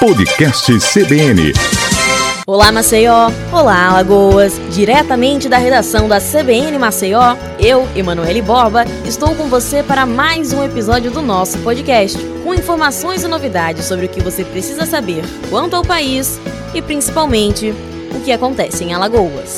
Podcast CBN. Olá, Maceió! Olá, Alagoas! Diretamente da redação da CBN Maceió, eu, Emanuele Borba, estou com você para mais um episódio do nosso podcast, com informações e novidades sobre o que você precisa saber quanto ao país e, principalmente, o que acontece em Alagoas.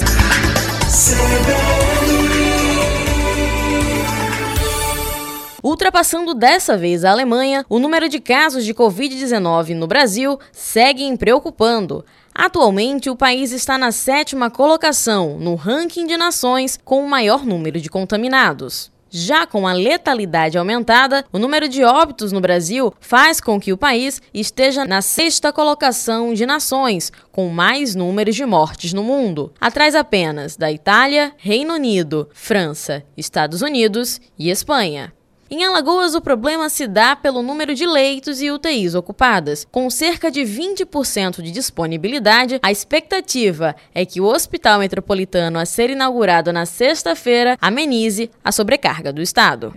Ultrapassando dessa vez a Alemanha, o número de casos de Covid-19 no Brasil segue preocupando. Atualmente, o país está na 7ª colocação no ranking de nações com o maior número de contaminados. Já com a letalidade aumentada, o número de óbitos no Brasil faz com que o país esteja na 6ª colocação de nações, com mais números de mortes no mundo, atrás apenas da Itália, Reino Unido, França, Estados Unidos e Espanha. Em Alagoas, o problema se dá pelo número de leitos e UTIs ocupadas. Com cerca de 20% de disponibilidade, a expectativa é que o Hospital Metropolitano a ser inaugurado na sexta-feira amenize a sobrecarga do estado.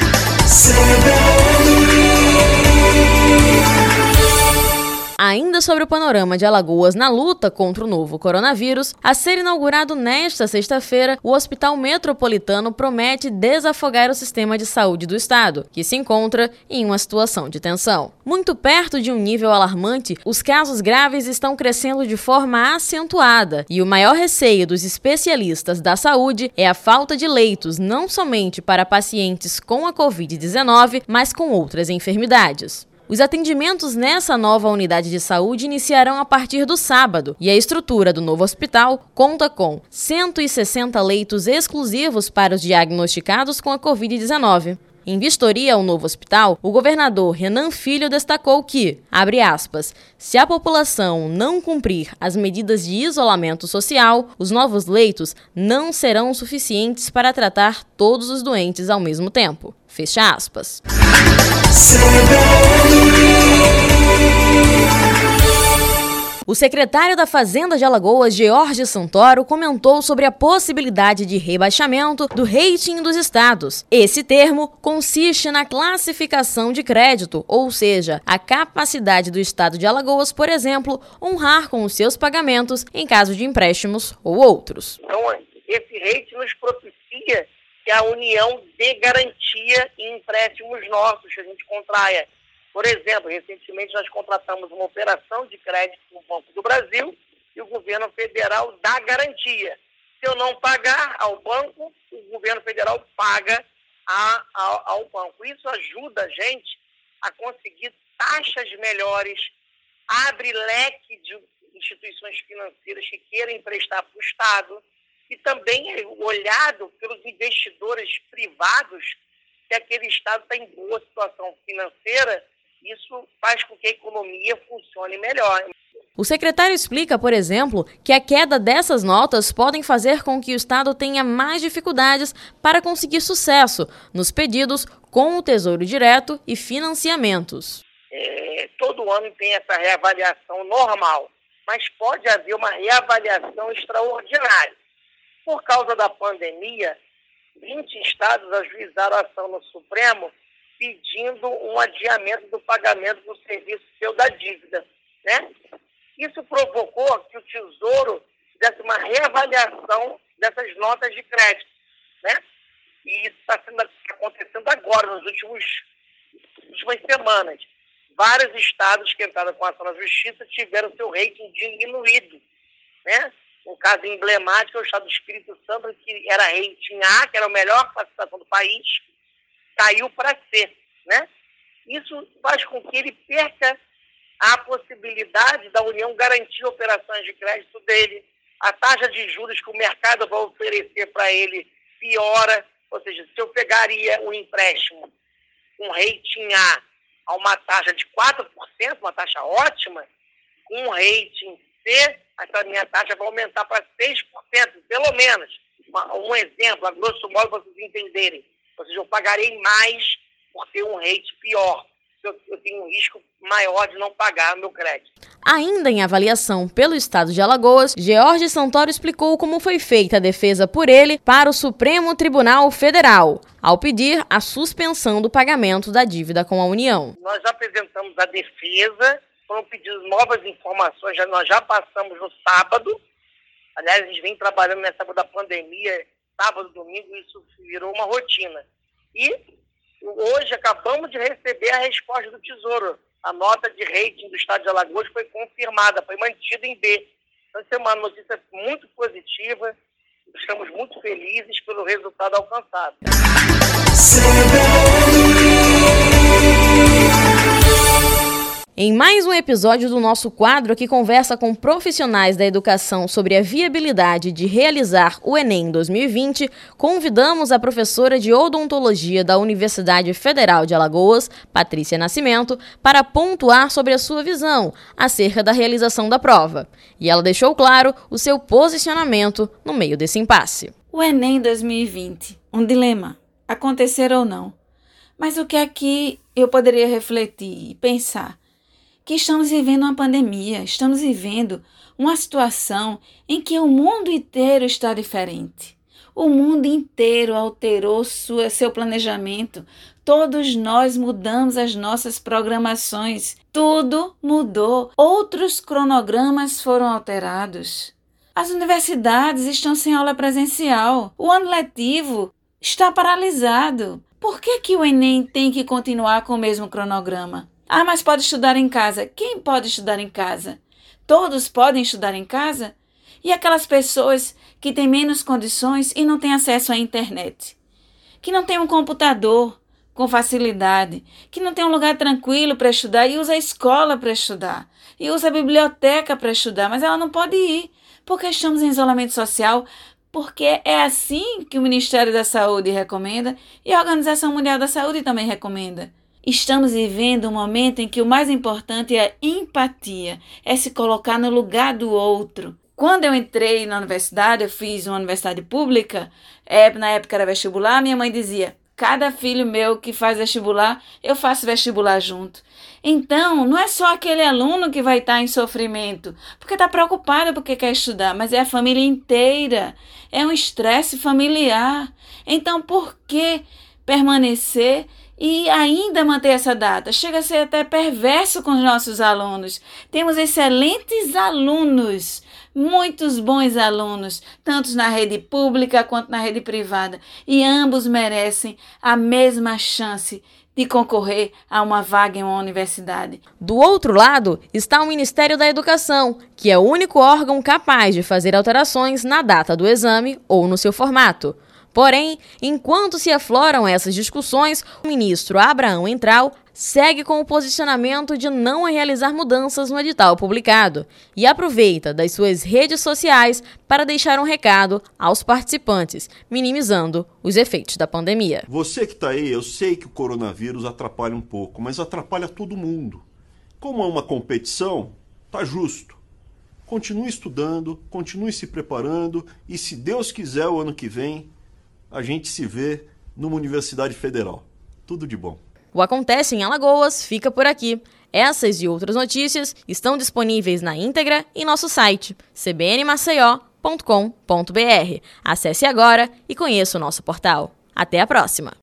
Ainda sobre o panorama de Alagoas na luta contra o novo coronavírus, a ser inaugurado nesta sexta-feira, o Hospital Metropolitano promete desafogar o sistema de saúde do estado, que se encontra em uma situação de tensão. Muito perto de um nível alarmante, os casos graves estão crescendo de forma acentuada, e o maior receio dos especialistas da saúde é a falta de leitos não somente para pacientes com a Covid-19, mas com outras enfermidades. Os atendimentos nessa nova unidade de saúde iniciarão a partir do sábado e a estrutura do novo hospital conta com 160 leitos exclusivos para os diagnosticados com a Covid-19. Em vistoria ao novo hospital, o governador Renan Filho destacou que, abre aspas, se a população não cumprir as medidas de isolamento social, os novos leitos não serão suficientes para tratar todos os doentes ao mesmo tempo. Fecha aspas. O secretário da Fazenda de Alagoas, George Santoro, comentou sobre a possibilidade de rebaixamento do rating dos estados. Esse termo consiste na classificação de crédito, ou seja, a capacidade do estado de Alagoas, por exemplo, honrar com os seus pagamentos em caso de empréstimos ou outros. Então, esse rating nos propicia que a União dê garantia em empréstimos nossos, que a gente contraia. Por exemplo, recentemente nós contratamos uma operação de crédito no Banco do Brasil e o governo federal dá garantia. Se eu não pagar ao banco, o governo federal paga ao banco. Isso ajuda a gente a conseguir taxas melhores, abre leque de instituições financeiras que queiram emprestar para o Estado e também é olhado pelos investidores privados que aquele Estado está em boa situação financeira. Isso faz com que a economia funcione melhor. O secretário explica, por exemplo, que a queda dessas notas podem fazer com que o Estado tenha mais dificuldades para conseguir sucesso nos pedidos com o Tesouro Direto e financiamentos. Todo ano tem essa reavaliação normal, mas pode haver uma reavaliação extraordinária. Por causa da pandemia, 20 estados ajuizaram a ação no Supremo pedindo um adiamento do pagamento do serviço seu da dívida, né? Isso provocou que o Tesouro fizesse uma reavaliação dessas notas de crédito, né? E isso está acontecendo agora, nas últimas semanas. Vários estados que entraram com ação na justiça tiveram seu rating diminuído, né? Um caso emblemático é o estado do Espírito Santo, que era rating A, que era a melhor classificação do país, caiu para C, né? Isso faz com que ele perca a possibilidade da União garantir operações de crédito dele, a taxa de juros que o mercado vai oferecer para ele piora, ou seja, se eu pegaria um empréstimo com rating A uma taxa de 4%, uma taxa ótima, com um rating C, essa minha taxa vai aumentar para 6%, pelo menos. Um exemplo, a grosso modo, para vocês entenderem. Ou seja, eu pagarei mais por ter um rate pior. Eu tenho um risco maior de não pagar o meu crédito. Ainda em avaliação pelo estado de Alagoas, George Santoro explicou como foi feita a defesa por ele para o Supremo Tribunal Federal, ao pedir a suspensão do pagamento da dívida com a União. Nós apresentamos a defesa foram pedidas novas informações, nós já passamos no sábado. Aliás, a gente vem trabalhando nessa época da pandemia, sábado, domingo, isso virou uma rotina. E hoje acabamos de receber a resposta do Tesouro. A nota de rating do Estado de Alagoas foi confirmada, foi mantida em B. Então, isso é uma notícia muito positiva. Estamos muito felizes pelo resultado alcançado. Em mais um episódio do nosso quadro que conversa com profissionais da educação sobre a viabilidade de realizar o Enem 2020, convidamos a professora de odontologia da Universidade Federal de Alagoas, Patrícia Nascimento, para pontuar sobre a sua visão acerca da realização da prova. E ela deixou claro o seu posicionamento no meio desse impasse. O Enem 2020, um dilema, acontecer ou não. Mas o que é que eu poderia refletir e pensar? Que estamos vivendo uma pandemia, estamos vivendo uma situação em que o mundo inteiro está diferente. O mundo inteiro alterou seu planejamento. Todos nós mudamos as nossas programações. Tudo mudou. Outros cronogramas foram alterados. As universidades estão sem aula presencial. O ano letivo está paralisado. Por que o Enem tem que continuar com o mesmo cronograma? Ah, mas pode estudar em casa. Quem pode estudar em casa? Todos podem estudar em casa? E aquelas pessoas que têm menos condições e não têm acesso à internet? Que não têm um computador com facilidade? Que não tem um lugar tranquilo para estudar e usa a escola para estudar? E usa a biblioteca para estudar, mas ela não pode ir, porque estamos em isolamento social, porque é assim que o Ministério da Saúde recomenda e a Organização Mundial da Saúde também recomenda. Estamos vivendo um momento em que o mais importante é a empatia, é se colocar no lugar do outro. Quando eu entrei na universidade, eu fiz uma universidade pública, na época era vestibular, minha mãe dizia, cada filho meu que faz vestibular, eu faço vestibular junto. Então, não é só aquele aluno que vai estar em sofrimento, porque está preocupado porque quer estudar, mas é a família inteira, é um estresse familiar. Então, por que permanecer e ainda manter essa data? Chega a ser até perverso com os nossos alunos. Temos excelentes alunos, muitos bons alunos, tanto na rede pública quanto na rede privada, e ambos merecem a mesma chance de concorrer a uma vaga em uma universidade. Do outro lado está o Ministério da Educação, que é o único órgão capaz de fazer alterações na data do exame ou no seu formato. Porém, enquanto se afloram essas discussões, o ministro Abraham Weintraub segue com o posicionamento de não realizar mudanças no edital publicado e aproveita das suas redes sociais para deixar um recado aos participantes, minimizando os efeitos da pandemia. Você que está aí, eu sei que o coronavírus atrapalha um pouco, mas atrapalha todo mundo. Como é uma competição, tá justo. Continue estudando, continue se preparando e, se Deus quiser, o ano que vem, a gente se vê numa universidade federal. Tudo de bom. O Acontece em Alagoas fica por aqui. Essas e outras notícias estão disponíveis na íntegra em nosso site, cbnmaceió.com.br. Acesse agora e conheça o nosso portal. Até a próxima!